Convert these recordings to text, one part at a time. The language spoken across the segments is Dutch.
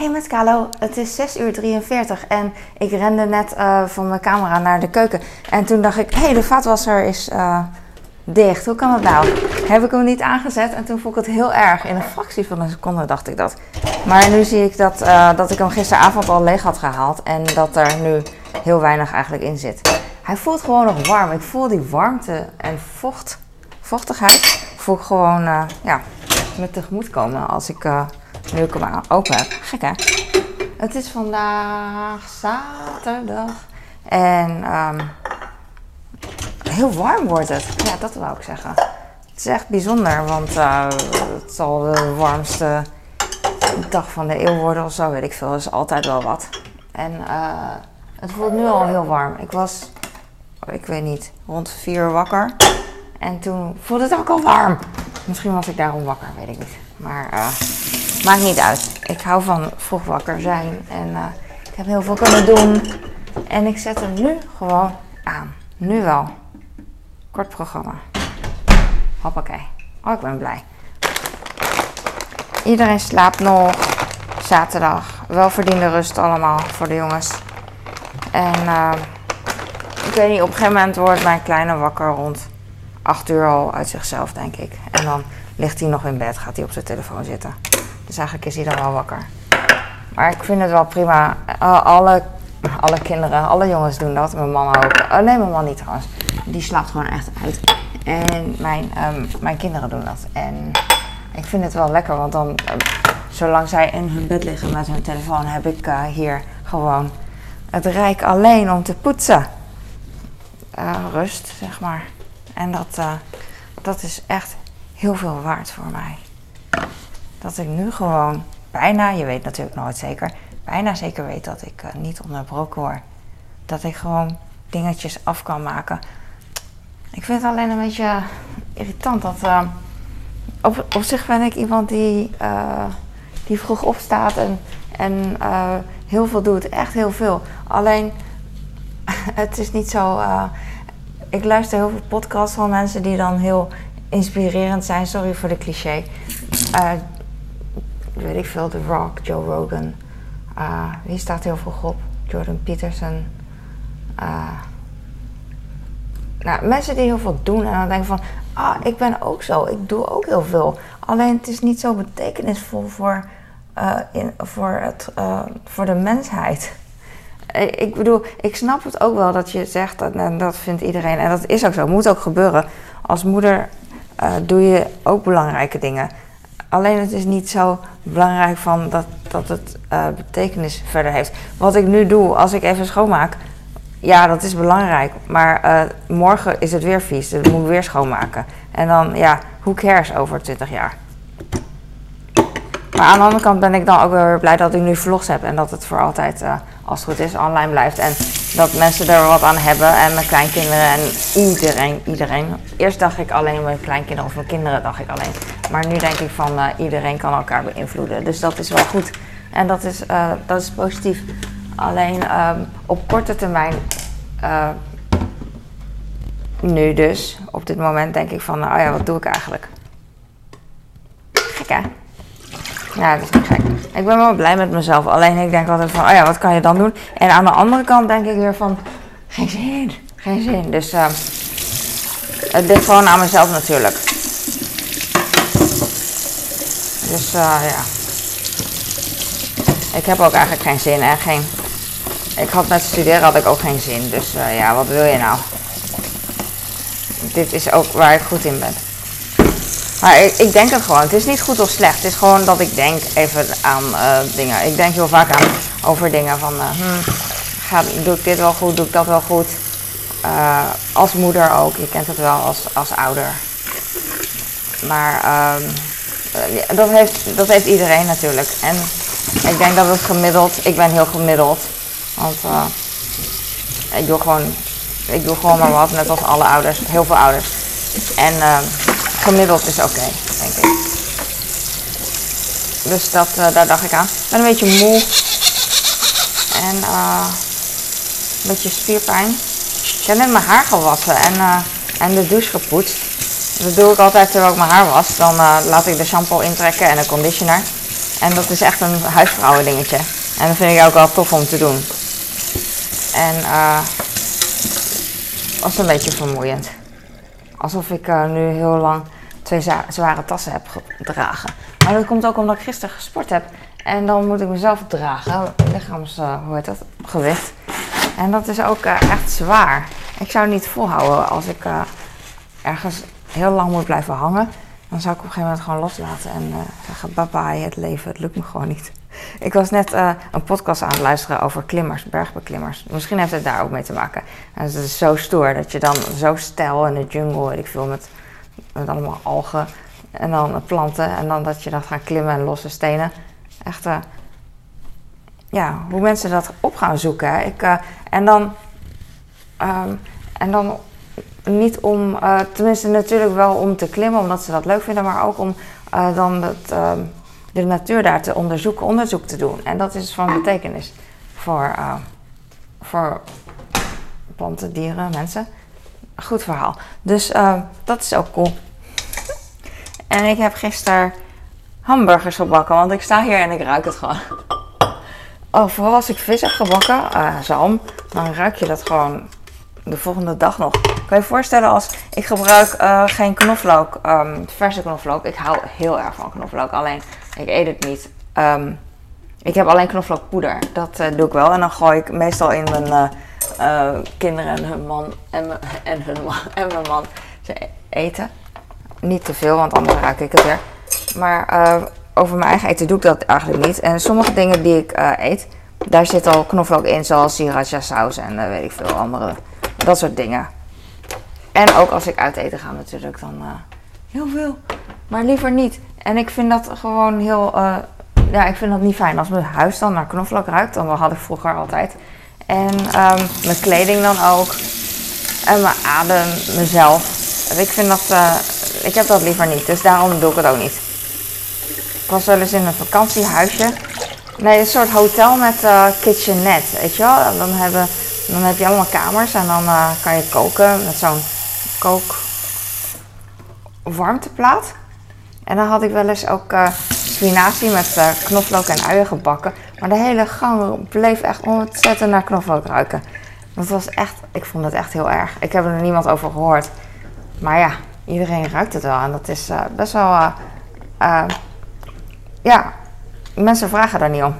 Hey met Kalo, het is 6:43 en ik rende net van mijn camera naar de keuken. En toen dacht ik, de vaatwasser is dicht. Hoe kan dat nou? Heb ik hem niet aangezet en toen vond ik het heel erg. In een fractie van een seconde dacht ik dat. Maar nu zie ik dat ik hem gisteravond al leeg had gehaald en dat er nu heel weinig eigenlijk in zit. Hij voelt gewoon nog warm. Ik voel die warmte en vochtigheid. Voel ik gewoon me tegemoet komen als ik nu ik hem open heb. Gek hè? Het is vandaag zaterdag en heel warm wordt het. Ja, dat wou ik zeggen. Het is echt bijzonder, want het zal de warmste dag van de eeuw worden of zo, weet ik veel. Dat is altijd wel wat. En het voelt nu al heel warm. Ik was, ik weet niet, rond 4 uur wakker. En toen voelde het ook al warm. Misschien was ik daarom wakker, weet ik niet. Maar maakt niet uit. Ik hou van vroeg wakker zijn. En ik heb heel veel kunnen doen. En ik zet hem nu gewoon aan. Nu wel. Kort programma. Hoppakee. Oh, ik ben blij. Iedereen slaapt nog. Zaterdag. Welverdiende rust allemaal voor de jongens. En ik weet niet, op een gegeven moment wordt mijn kleine wakker rond 8 uur al uit zichzelf, denk ik. En dan ligt hij nog in bed, gaat hij op zijn telefoon zitten. Dus eigenlijk is hij dan wel wakker. Maar ik vind het wel prima. Alle kinderen, alle jongens doen dat. Mijn man ook. Nee, mijn man niet trouwens. Die slaapt gewoon echt uit. En mijn kinderen doen dat. En ik vind het wel lekker, want dan, zolang zij in hun bed liggen met hun telefoon, heb ik hier gewoon het rijk alleen om te poetsen. Rust, zeg maar. En dat is echt heel veel waard voor mij. Dat ik nu gewoon bijna, je weet natuurlijk nooit zeker, bijna zeker weet dat ik niet onderbroken word. Dat ik gewoon dingetjes af kan maken. Ik vind het alleen een beetje irritant dat op zich ben ik iemand die vroeg opstaat en heel veel doet. Echt heel veel. Alleen het is niet zo. Ik luister heel veel podcasts van mensen die dan heel inspirerend zijn. Sorry voor de cliché. Weet ik veel, The Rock, Joe Rogan. Wie staat heel veel op? Jordan Peterson. Mensen die heel veel doen en dan denken van, ik ben ook zo, ik doe ook heel veel. Alleen het is niet zo betekenisvol voor de mensheid. Ik bedoel, ik snap het ook wel dat je zegt, dat vindt iedereen en dat is ook zo, moet ook gebeuren. Als moeder doe je ook belangrijke dingen. Alleen het is niet zo belangrijk van dat het betekenis verder heeft. Wat ik nu doe, als ik even schoonmaak, ja, dat is belangrijk. Maar morgen is het weer vies, dus moet ik weer schoonmaken. En dan, who cares over 20 jaar. Maar aan de andere kant ben ik dan ook weer blij dat ik nu vlogs heb. En dat het voor altijd, als het goed is, online blijft. En dat mensen er wat aan hebben. En mijn kleinkinderen en iedereen. Eerst dacht ik alleen mijn kleinkinderen of mijn kinderen dacht ik alleen. Maar nu denk ik van iedereen kan elkaar beïnvloeden. Dus dat is wel goed. En dat is positief. Alleen op korte termijn, nu dus, op dit moment denk ik van, wat doe ik eigenlijk? Gek hè? Ja, dat is niet gek. Ik ben wel blij met mezelf. Alleen ik denk altijd van, wat kan je dan doen? En aan de andere kant denk ik weer van, geen zin. Dus het ligt gewoon aan mezelf natuurlijk. Dus ik heb ook eigenlijk geen zin en ik had met studeren had ik ook geen zin. Dus wat wil je nou? Dit is ook waar ik goed in ben. Maar ik denk het gewoon. Het is niet goed of slecht. Het is gewoon dat ik denk even aan dingen. Ik denk heel vaak over dingen van... doe ik dit wel goed? Doe ik dat wel goed? Als moeder ook. Je kent het wel als ouder. Maar dat heeft iedereen natuurlijk. En ik denk dat het gemiddeld... Ik ben heel gemiddeld. Want ik doe gewoon maar wat. Net als alle ouders. Heel veel ouders. En... gemiddeld is oké, denk ik. Dus daar dacht ik aan. Ik ben een beetje moe. En een beetje spierpijn. Ik heb net mijn haar gewassen en de douche gepoetst. Dat doe ik altijd terwijl ik mijn haar was. Dan laat ik de shampoo intrekken en de conditioner. En dat is echt een huisvrouwen dingetje. En dat vind ik ook wel tof om te doen. En was een beetje vermoeiend. Alsof ik nu heel lang 2 zware tassen heb gedragen. Maar dat komt ook omdat ik gisteren gesport heb. En dan moet ik mezelf dragen. Gewicht. En dat is ook echt zwaar. Ik zou het niet volhouden als ik ergens heel lang moet blijven hangen. Dan zou ik op een gegeven moment gewoon loslaten en zeggen, bye het leven, het lukt me gewoon niet. Ik was net een podcast aan het luisteren over klimmers, bergbeklimmers. Misschien heeft het daar ook mee te maken. En het is zo stoer dat je dan zo steil in de jungle, weet ik veel, met allemaal algen en dan planten. En dan dat je dat gaat klimmen en losse stenen. Echt, hoe mensen dat op gaan zoeken. Hè. En dan niet om, tenminste natuurlijk wel om te klimmen, omdat ze dat leuk vinden, maar ook om de natuur daar te onderzoeken, onderzoek te doen. En dat is van betekenis voor planten, dieren, mensen. Goed verhaal. Dus dat is ook cool. En ik heb gisteren hamburgers gebakken, want ik sta hier en ik ruik het gewoon. Oh, vooral als ik vis heb gebakken, zalm, dan ruik je dat gewoon de volgende dag nog. Kan je je voorstellen als ik gebruik geen knoflook, verse knoflook. Ik hou heel erg van knoflook, alleen ik eet het niet. Ik heb alleen knoflookpoeder, dat doe ik wel. En dan gooi ik meestal in mijn kinderen en hun man en mijn man ze eten. Niet te veel, want anders ruik ik het weer. Maar over mijn eigen eten doe ik dat eigenlijk niet. En sommige dingen die ik eet, daar zit al knoflook in, zoals sriracha saus en weet ik veel andere. Dat soort dingen. En ook als ik uit eten ga natuurlijk, dan heel veel. Maar liever niet. En ik vind dat gewoon heel, ik vind dat niet fijn. Als mijn huis dan naar knoflook ruikt, dan had ik vroeger altijd. En mijn kleding dan ook. En mijn adem, mezelf. Ik heb dat liever niet, dus daarom doe ik het ook niet. Ik was wel eens in een vakantiehuisje. Nee, een soort hotel met kitchenette, weet je wel. Dan heb je allemaal kamers en dan kan je koken met zo'n kookwarmteplaat. En dan had ik wel eens ook spinazie met knoflook en uien gebakken. Maar de hele gang bleef echt ontzettend naar knoflook ruiken. Dat was echt, ik vond het echt heel erg. Ik heb er niemand over gehoord. Maar ja, iedereen ruikt het wel. En dat is best wel, mensen vragen daar niet om.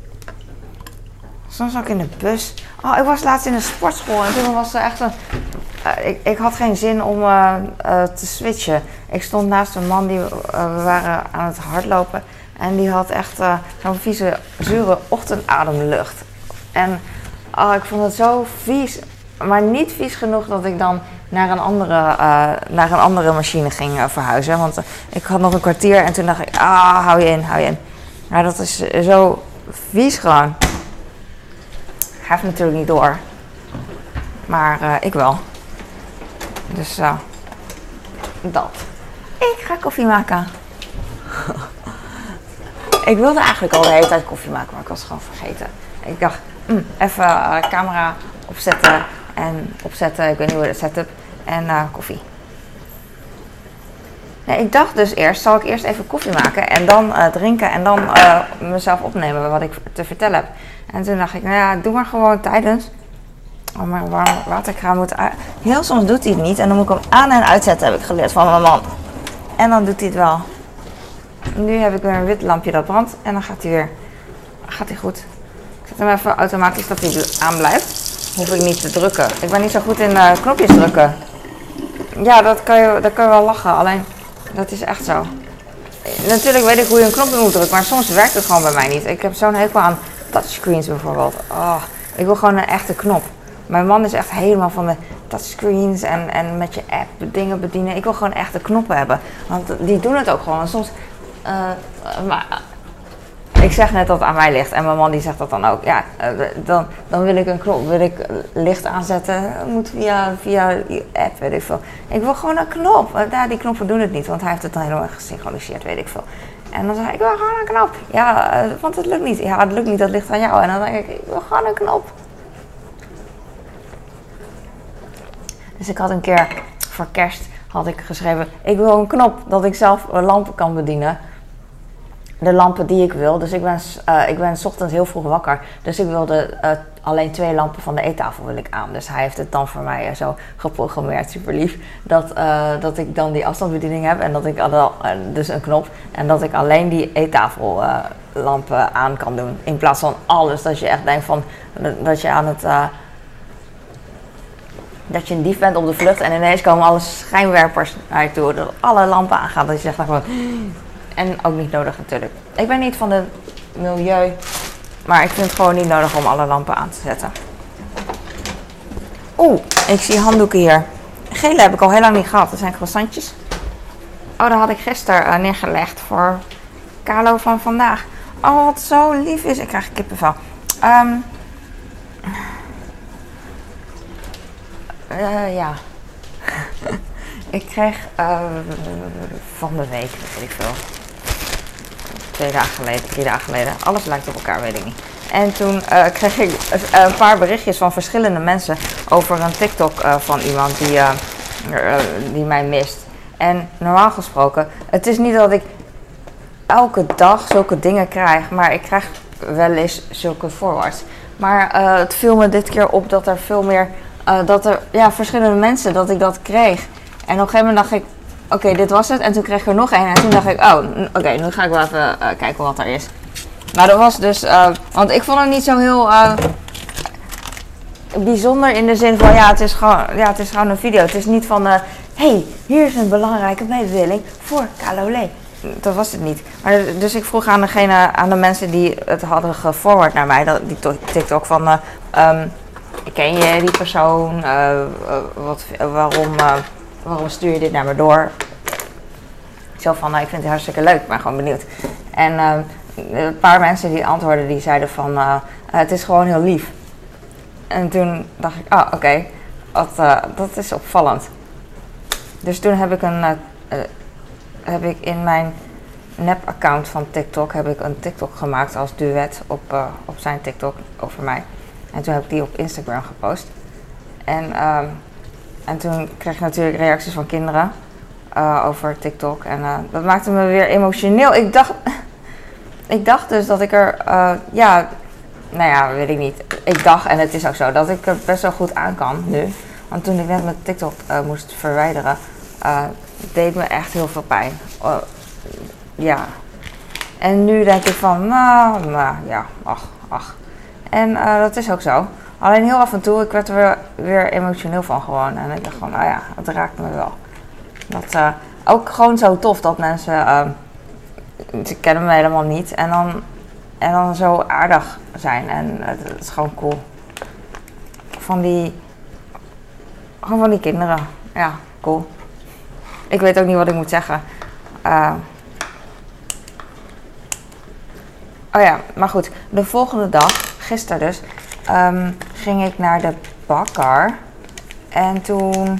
Soms ook in de bus. Oh, ik was laatst in een sportschool en toen was er echt ik had geen zin om te switchen. Ik stond naast een man, we waren aan het hardlopen. En die had echt zo'n vieze, zure ochtendademlucht. En ik vond het zo vies. Maar niet vies genoeg dat ik dan naar een andere machine ging verhuizen. Want ik had nog een kwartier en toen dacht ik, hou je in. Maar dat is zo vies gewoon. Hij heeft natuurlijk niet door. Maar ik wel. Dus dat. Ik ga koffie maken. Ik wilde eigenlijk al de hele tijd koffie maken, maar ik was het gewoon vergeten. Ik dacht, even camera opzetten. Ik weet niet hoe dat setup. En koffie. Nee, ik dacht dus zal ik eerst even koffie maken en dan drinken en dan mezelf opnemen wat ik te vertellen heb. En toen dacht ik, doe maar gewoon tijdens. Oh, maar warm waterkraan moet uit. Heel soms doet hij het niet en dan moet ik hem aan en uitzetten, heb ik geleerd van mijn man. En dan doet hij het wel. Nu heb ik weer een wit lampje dat brandt en dan gaat hij goed. Ik zet hem even automatisch dat hij aan blijft. Hoef ik niet te drukken. Ik ben niet zo goed in knopjes drukken. Ja, dat kan je wel lachen, alleen dat is echt zo. Natuurlijk weet ik hoe je een knopje moet drukken, maar soms werkt het gewoon bij mij niet. Ik heb zo'n hekel aan touchscreens bijvoorbeeld. Ik wil gewoon een echte knop. Mijn man is echt helemaal van de touchscreens en met je app dingen bedienen. Ik wil gewoon echte knoppen hebben, want die doen het ook gewoon. Soms, ik zeg net dat het aan mij ligt en mijn man die zegt dat dan ook. Ja, dan wil ik een knop, licht aanzetten, moet via je app, weet ik veel. Ik wil gewoon een knop. Die knoppen doen het niet, want hij heeft het dan helemaal gesynchroniseerd, weet ik veel. En dan zeg ik wil gewoon een knop. Ja, want het lukt niet. Ja, het lukt niet, dat ligt aan jou. En dan denk ik wil gewoon een knop. Dus ik had een keer voor kerst had ik geschreven, ik wil een knop dat ik zelf lampen kan bedienen. de lampen die ik wil. Dus ik ben 's ochtends heel vroeg wakker. Dus ik wilde alleen 2 lampen van de eettafel wil ik aan. Dus hij heeft het dan voor mij zo geprogrammeerd, super lief. Dat ik dan die afstandsbediening heb en dat ik dus een knop. En dat ik alleen die eettafellampen aan kan doen. In plaats van alles. Dat je echt denkt van dat je aan het... dat je een dief bent op de vlucht en ineens komen alle schijnwerpers naar je toe. Dat alle lampen aangaan. Dat je zegt dan gewoon... En ook niet nodig natuurlijk. Ik ben niet van het milieu, maar ik vind het gewoon niet nodig om alle lampen aan te zetten. Oeh, ik zie handdoeken hier. Gele heb ik al heel lang niet gehad. Dat zijn croissantjes. Oh, dat had ik gisteren neergelegd voor Carlo van vandaag. Oh, wat zo lief is. Ik krijg kippenvel. Ja. Ik kreeg van de week, weet ik veel. 2 dagen geleden, 3 dagen geleden. Alles lijkt op elkaar, weet ik niet. En toen kreeg ik een paar berichtjes van verschillende mensen over een TikTok van iemand die mij mist. En normaal gesproken, het is niet dat ik elke dag zulke dingen krijg, maar ik krijg wel eens zulke forwards. Maar het viel me dit keer op dat er veel meer, verschillende mensen, dat ik dat kreeg. En op een gegeven moment dacht ik, oké, dit was het. En toen kreeg ik er nog één. En toen dacht ik, oké, nu ga ik wel even kijken wat er is. Maar dat was dus, want ik vond het niet zo heel bijzonder in de zin van, het is gewoon een video. Het is niet van, hey, hier is een belangrijke mededeling voor Calolé. Dat was het niet. Maar dus ik vroeg aan de mensen die het hadden geforward naar mij, die TikTok van, ken je die persoon? Waarom stuur je dit naar me door? Zo van, ik vind het hartstikke leuk, ik ben gewoon benieuwd. En een paar mensen die antwoorden, die zeiden van, het is gewoon heel lief. En toen dacht ik, oké, dat is opvallend. Dus toen heb ik in mijn nep-account van TikTok heb ik een TikTok gemaakt als duet op zijn TikTok over mij. En toen heb ik die op Instagram gepost. En toen kreeg ik natuurlijk reacties van kinderen over TikTok. En dat maakte me weer emotioneel. Ik dacht dus dat ik er, weet ik niet. Ik dacht, en het is ook zo, dat ik er best wel goed aan kan nu. Want toen ik net mijn TikTok moest verwijderen, deed me echt heel veel pijn. Ja. En nu denk ik van, ach. En dat is ook zo. Alleen heel af en toe, ik werd er weer emotioneel van gewoon. En ik dacht van, het raakt me wel. Dat ook gewoon zo tof dat mensen, ze kennen me helemaal niet. En dan zo aardig zijn. En het is gewoon cool. Gewoon van die kinderen. Ja, cool. Ik weet ook niet wat ik moet zeggen. Maar goed. De volgende dag, gisteren dus, ging ik naar de bakker. En toen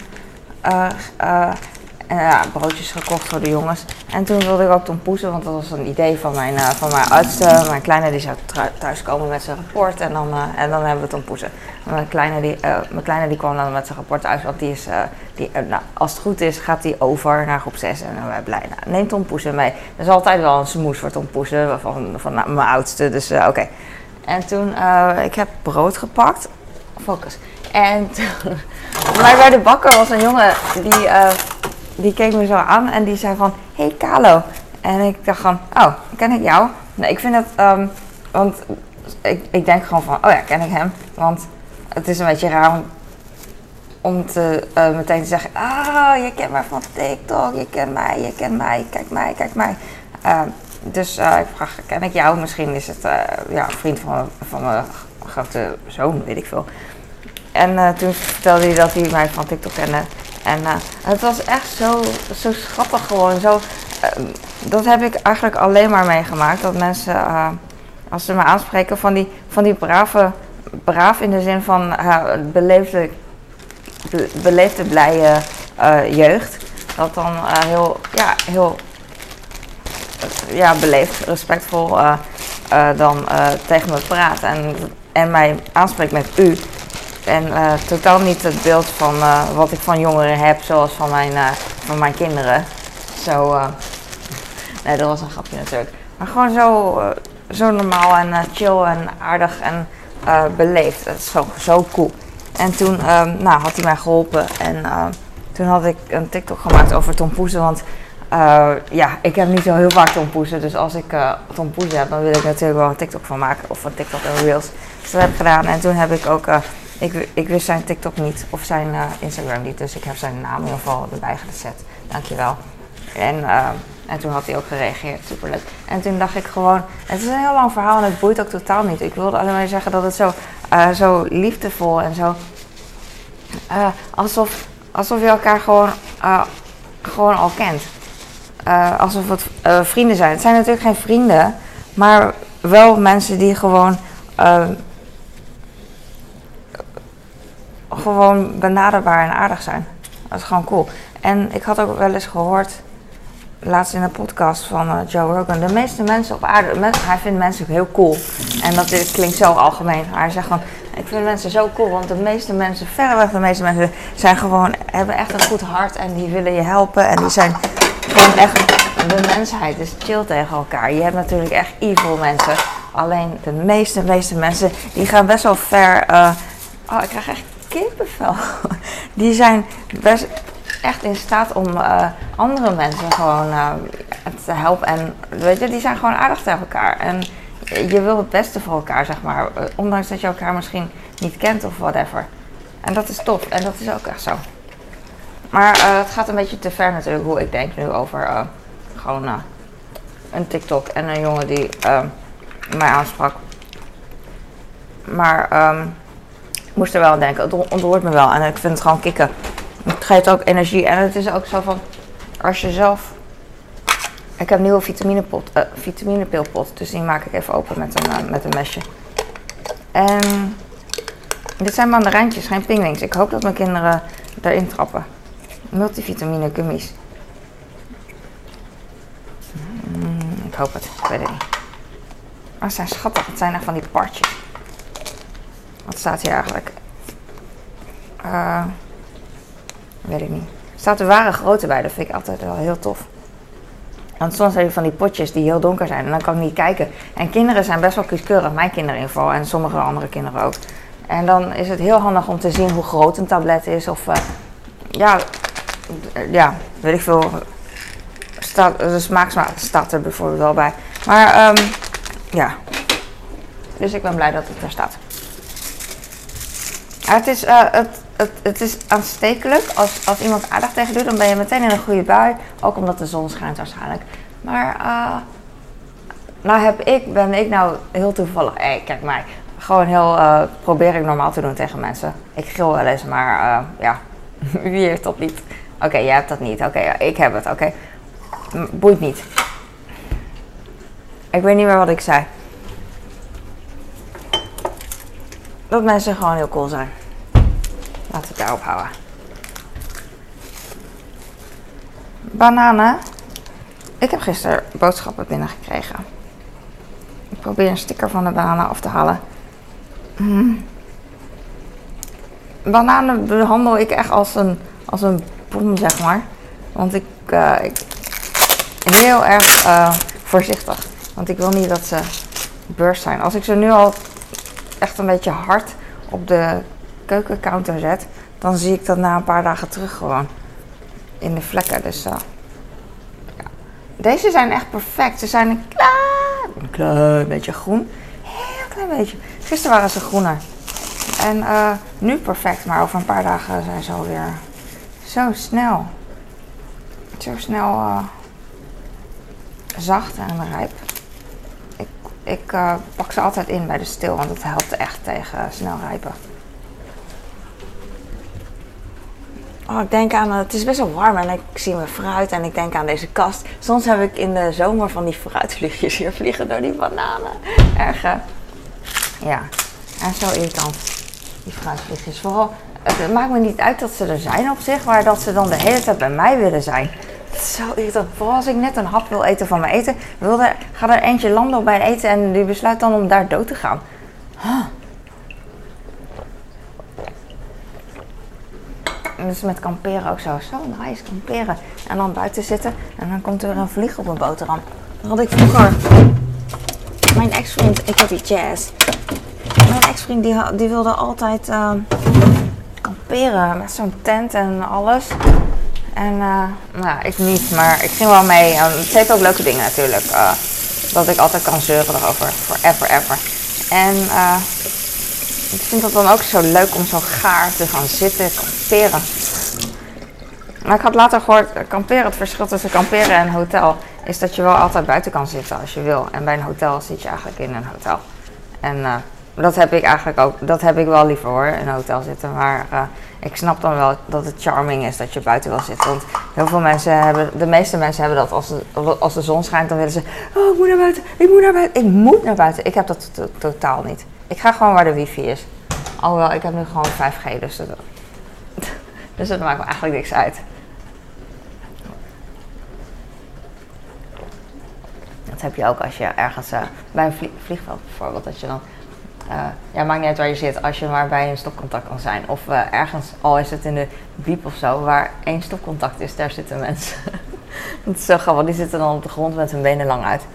broodjes gekocht voor de jongens. En toen wilde ik ook tompoezen, want dat was een idee van mijn oudste. Mijn kleine die zou thuiskomen met zijn rapport en dan hebben we tompoezen. Mijn kleine die kwam dan met zijn rapport thuis, want als het goed is gaat hij over naar groep 6 en dan ben ik blij. Neem tompoezen mee. Er is altijd wel een smoes voor tompoezen van mijn oudste, dus oké. En toen, ik heb brood gepakt. Focus. En toen, maar bij de bakker was een jongen die keek me zo aan en die zei van, hey Carlo. En ik dacht van, ken ik jou? Nee, ik vind het, want ik denk gewoon van, ken ik hem? Want het is een beetje raar om meteen te zeggen, je kent mij van TikTok, je kent mij, kijk mij. Dus ik vraag, ken ik jou? Misschien is het een vriend van mijn grote zoon, weet ik veel. En toen vertelde hij dat hij mij van TikTok kende. En het was echt zo schattig gewoon. Dat heb ik eigenlijk alleen maar meegemaakt. Dat mensen, als ze me aanspreken, van die braaf in de zin van beleefde blije jeugd. Dat dan heel beleefd, respectvol dan tegen me praat. En mij aanspreekt met u. En totaal niet het beeld van wat ik van jongeren heb, zoals van mijn kinderen. Nee, dat was een grapje natuurlijk. Maar gewoon zo normaal en chill en aardig en beleefd. Dat is zo cool. En toen had hij mij geholpen. En toen had ik een TikTok gemaakt over tompoezen. Want ik heb niet zo heel vaak tompoezen. Dus als ik tompoezen heb, dan wil ik natuurlijk wel een TikTok van maken. Of een TikTok en Reels. Dus dat heb ik gedaan. En toen heb ik ook... Ik wist zijn TikTok niet. Of zijn Instagram niet. Dus ik heb zijn naam in ieder geval erbij gezet. Dankjewel. En toen had hij ook gereageerd. Superleuk. En toen dacht ik gewoon... Het is een heel lang verhaal en het boeit ook totaal niet. Ik wilde alleen maar zeggen dat het zo liefdevol en zo... alsof je elkaar gewoon al kent. Alsof het vrienden zijn. Het zijn natuurlijk geen vrienden, maar wel mensen die gewoon benaderbaar en aardig zijn. Dat is gewoon cool. En ik had ook wel eens gehoord, laatst in een podcast van Joe Rogan, de meeste mensen op aarde, hij vindt mensen heel cool. En dat klinkt zo algemeen. Maar hij zegt gewoon, ik vind mensen zo cool, want de meeste mensen, verreweg de meeste mensen, hebben echt een goed hart en die willen je helpen. En die zijn gewoon echt, de mensheid is chill tegen elkaar. Je hebt natuurlijk echt evil mensen. Alleen de meeste mensen, die gaan best wel ver. Ik krijg echt kippenvel. Die zijn best echt in staat om andere mensen gewoon te helpen. En weet je, die zijn gewoon aardig tegen elkaar. En je wil het beste voor elkaar, zeg maar. Ondanks dat je elkaar misschien niet kent of whatever. En dat is tof. En dat is ook echt zo. Maar het gaat een beetje te ver natuurlijk hoe ik denk nu over een TikTok en een jongen die mij aansprak. Maar ik moest er wel aan denken. Het ontroert me wel en ik vind het gewoon kicken. Het geeft ook energie en het is ook zo van, als je zelf... Ik heb een nieuwe vitaminepilpot, dus die maak ik even open met een mesje. En dit zijn mandarijntjes, geen pinguïns. Ik hoop dat mijn kinderen erin trappen. Multivitamine gummies. Ik hoop het, ik weet het niet. Maar ze zijn schattig, het zijn echt van die partjes. Wat staat hier eigenlijk? Weet ik niet. Er staat de ware grootte bij, dat vind ik altijd wel heel tof. Want soms heb je van die potjes die heel donker zijn en dan kan ik niet kijken. En kinderen zijn best wel kieskeurig, mijn kinderen in ieder geval en sommige andere kinderen ook. En dan is het heel handig om te zien hoe groot een tablet is of weet ik veel. De smaak staat er bijvoorbeeld wel bij. Maar dus ik ben blij dat het er staat. Het is aanstekelijk. Als iemand aardig tegen doet, dan ben je meteen in een goede bui. Ook omdat de zon schijnt waarschijnlijk. Maar ben ik nou heel toevallig. Kijk mij. Gewoon probeer ik normaal te doen tegen mensen. Ik gil wel eens, maar wie heeft dat niet? Oké, jij hebt dat niet. Oké, ik heb het. Oké. Boeit niet. Ik weet niet meer wat ik zei. Dat mensen gewoon heel cool zijn. Laten we het daarop houden. Bananen. Ik heb gisteren boodschappen binnengekregen. Ik probeer een sticker van de bananen af te halen. Bananen behandel ik echt als een bom, zeg maar. Want ik heel erg voorzichtig. Want ik wil niet dat ze burst zijn. Als ik ze nu al echt een beetje hard op de keukencounter zet, dan zie ik dat na een paar dagen terug gewoon in de vlekken. Dus deze zijn echt perfect. Ze zijn een klein beetje groen. Heel klein beetje. Gisteren waren ze groener. En nu perfect, maar over een paar dagen zijn ze alweer zo snel. Zo snel zacht en rijp. Ik pak ze altijd in bij de steel, want het helpt echt tegen snel rijpen. Ik denk aan, het is best wel warm en ik zie mijn fruit en ik denk aan deze kast. Soms heb ik in de zomer van die fruitvliegjes hier vliegen door die bananen. Erg, en zo irritant, die fruitvliegjes. Vooral, het maakt me niet uit dat ze er zijn op zich, maar dat ze dan de hele tijd bij mij willen zijn. Het is zo irritant. Vooral als ik net een hap wil eten van mijn eten, gaat er eentje landen op mijn eten en die besluit dan om daar dood te gaan. En dus met kamperen ook zo. Zo nice, kamperen. En dan buiten zitten en dan komt er een vlieg op een boterham. had ik vroeger. Mijn ex-vriend, ik heb die Jazz. Mijn ex-vriend die wilde altijd kamperen met zo'n tent en alles. En nou, ik niet, maar ik ging wel mee. Het heeft ook leuke dingen natuurlijk. Dat ik altijd kan zeuren erover. Forever, ever. En ik vind dat dan ook zo leuk om zo gaar te gaan zitten kamperen. Maar ik had later gehoord, kamperen, het verschil tussen kamperen en hotel is dat je wel altijd buiten kan zitten als je wil. En bij een hotel zit je eigenlijk in een hotel. En dat heb ik eigenlijk ook, dat heb ik wel liever hoor, in een hotel zitten. Maar ik snap dan wel dat het charming is dat je buiten wil zitten. Want heel veel mensen hebben, de meeste mensen hebben dat als de zon schijnt, dan willen ze, oh ik moet naar buiten, ik moet naar buiten, ik moet naar buiten. Ik heb dat totaal niet. Ik ga gewoon waar de wifi is. Alhoewel, ik heb nu gewoon 5G, dus dat maakt me eigenlijk niks uit. Dat heb je ook als je ergens bij een vliegveld bijvoorbeeld, dat je dan, ja maakt niet uit waar je zit, als je maar bij een stopcontact kan zijn. Of ergens, al is het in de biep of zo, waar één stopcontact is, daar zitten mensen. Dat is zo grappig, die zitten dan op de grond met hun benen lang uit.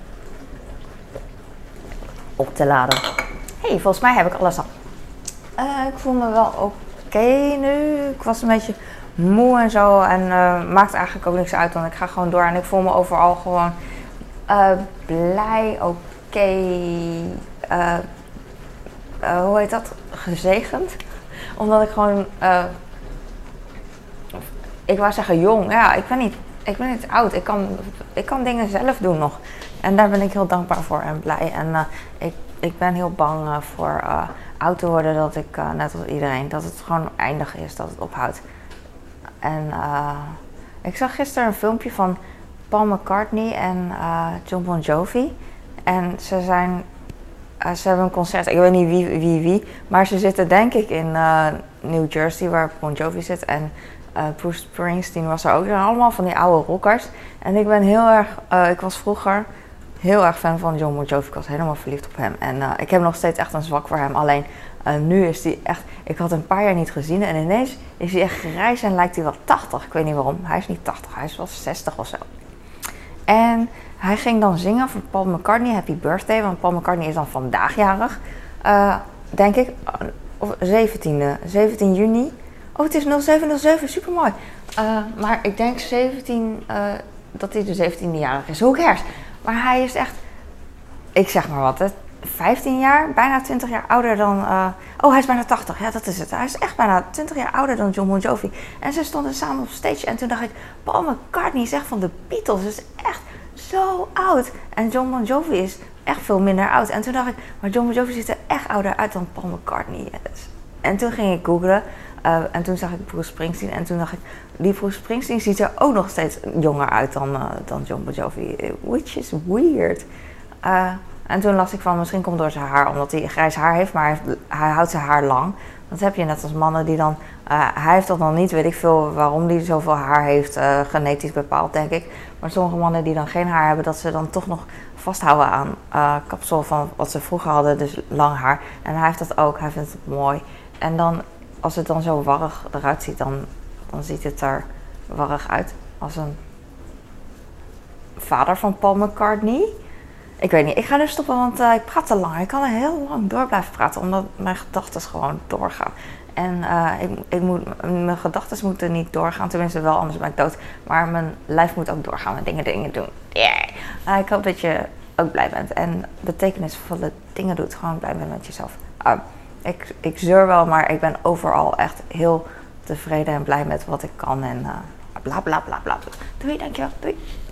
Op te laden. Hey, volgens mij heb ik alles al. Ik voel me wel oké nu. Ik was een beetje moe en zo. En maakt eigenlijk ook niks uit, want ik ga gewoon door. En ik voel me overal gewoon blij, oké. Hoe heet dat? Gezegend. Omdat ik gewoon... ik wou zeggen jong. Ja, ik ben niet oud. Ik kan dingen zelf doen nog. En daar ben ik heel dankbaar voor en blij. En ik ben heel bang voor oud te worden, dat ik net als iedereen, dat het gewoon eindig is, dat het ophoudt. En ik zag gisteren een filmpje van Paul McCartney en John Bon Jovi. En ze hebben een concert, ik weet niet wie, maar ze zitten denk ik in New Jersey, waar Bon Jovi zit. En Bruce Springsteen was er ook. Allemaal van die oude rockers. En ik ben ik was vroeger heel erg fan van John Bon Jovi. Ik was helemaal verliefd op hem. En ik heb nog steeds echt een zwak voor hem. Alleen nu is hij echt... Ik had hem een paar jaar niet gezien. En ineens is hij echt grijs en lijkt hij wel 80. Ik weet niet waarom. Hij is niet 80. Hij is wel 60 of zo. En hij ging dan zingen voor Paul McCartney. Happy Birthday. Want Paul McCartney is dan vandaag jarig. Denk ik. Of 17 juni. Oh, het is 0707. Supermooi. Maar ik denk 17... dat hij de 17e jarig is. Hoe cares? Maar hij is echt, ik zeg maar wat, 15 jaar, bijna 20 jaar ouder dan... oh, hij is bijna 80, ja dat is het. Hij is echt bijna 20 jaar ouder dan John Bon Jovi. En ze stonden samen op stage en toen dacht ik, Paul McCartney is echt van de Beatles, is echt zo oud. En John Bon Jovi is echt veel minder oud. En toen dacht ik, maar John Bon Jovi ziet er echt ouder uit dan Paul McCartney. En toen ging ik googlen en toen zag ik Bruce Springsteen en toen dacht ik, die Bruce Springsteen ziet er ook nog steeds jonger uit dan John Bon Jovi, which is weird. En toen las ik van, misschien komt het door zijn haar, omdat hij grijs haar heeft, maar hij houdt zijn haar lang. Dat heb je net als mannen die dan, hij heeft dat nog niet, weet ik veel waarom hij zoveel haar heeft, genetisch bepaald denk ik. Maar sommige mannen die dan geen haar hebben, dat ze dan toch nog vasthouden aan kapsel van wat ze vroeger hadden, dus lang haar. En hij heeft dat ook, hij vindt het mooi. En dan, als het dan zo warrig eruit ziet, dan ziet het er warrig uit. Als een vader van Paul McCartney. Ik weet niet, ik ga nu stoppen, want ik praat te lang. Ik kan er heel lang door blijven praten, omdat mijn gedachten gewoon doorgaan. En mijn gedachten moeten niet doorgaan, tenminste wel, anders ben ik dood. Maar mijn lijf moet ook doorgaan met dingen doen. Yeah. Ik hoop dat je ook blij bent en betekenisvolle dingen doet. Gewoon blij bent met jezelf. Ik zeur wel, maar ik ben overal echt heel tevreden en blij met wat ik kan. En bla bla bla bla. Doei, dankjewel. Doei.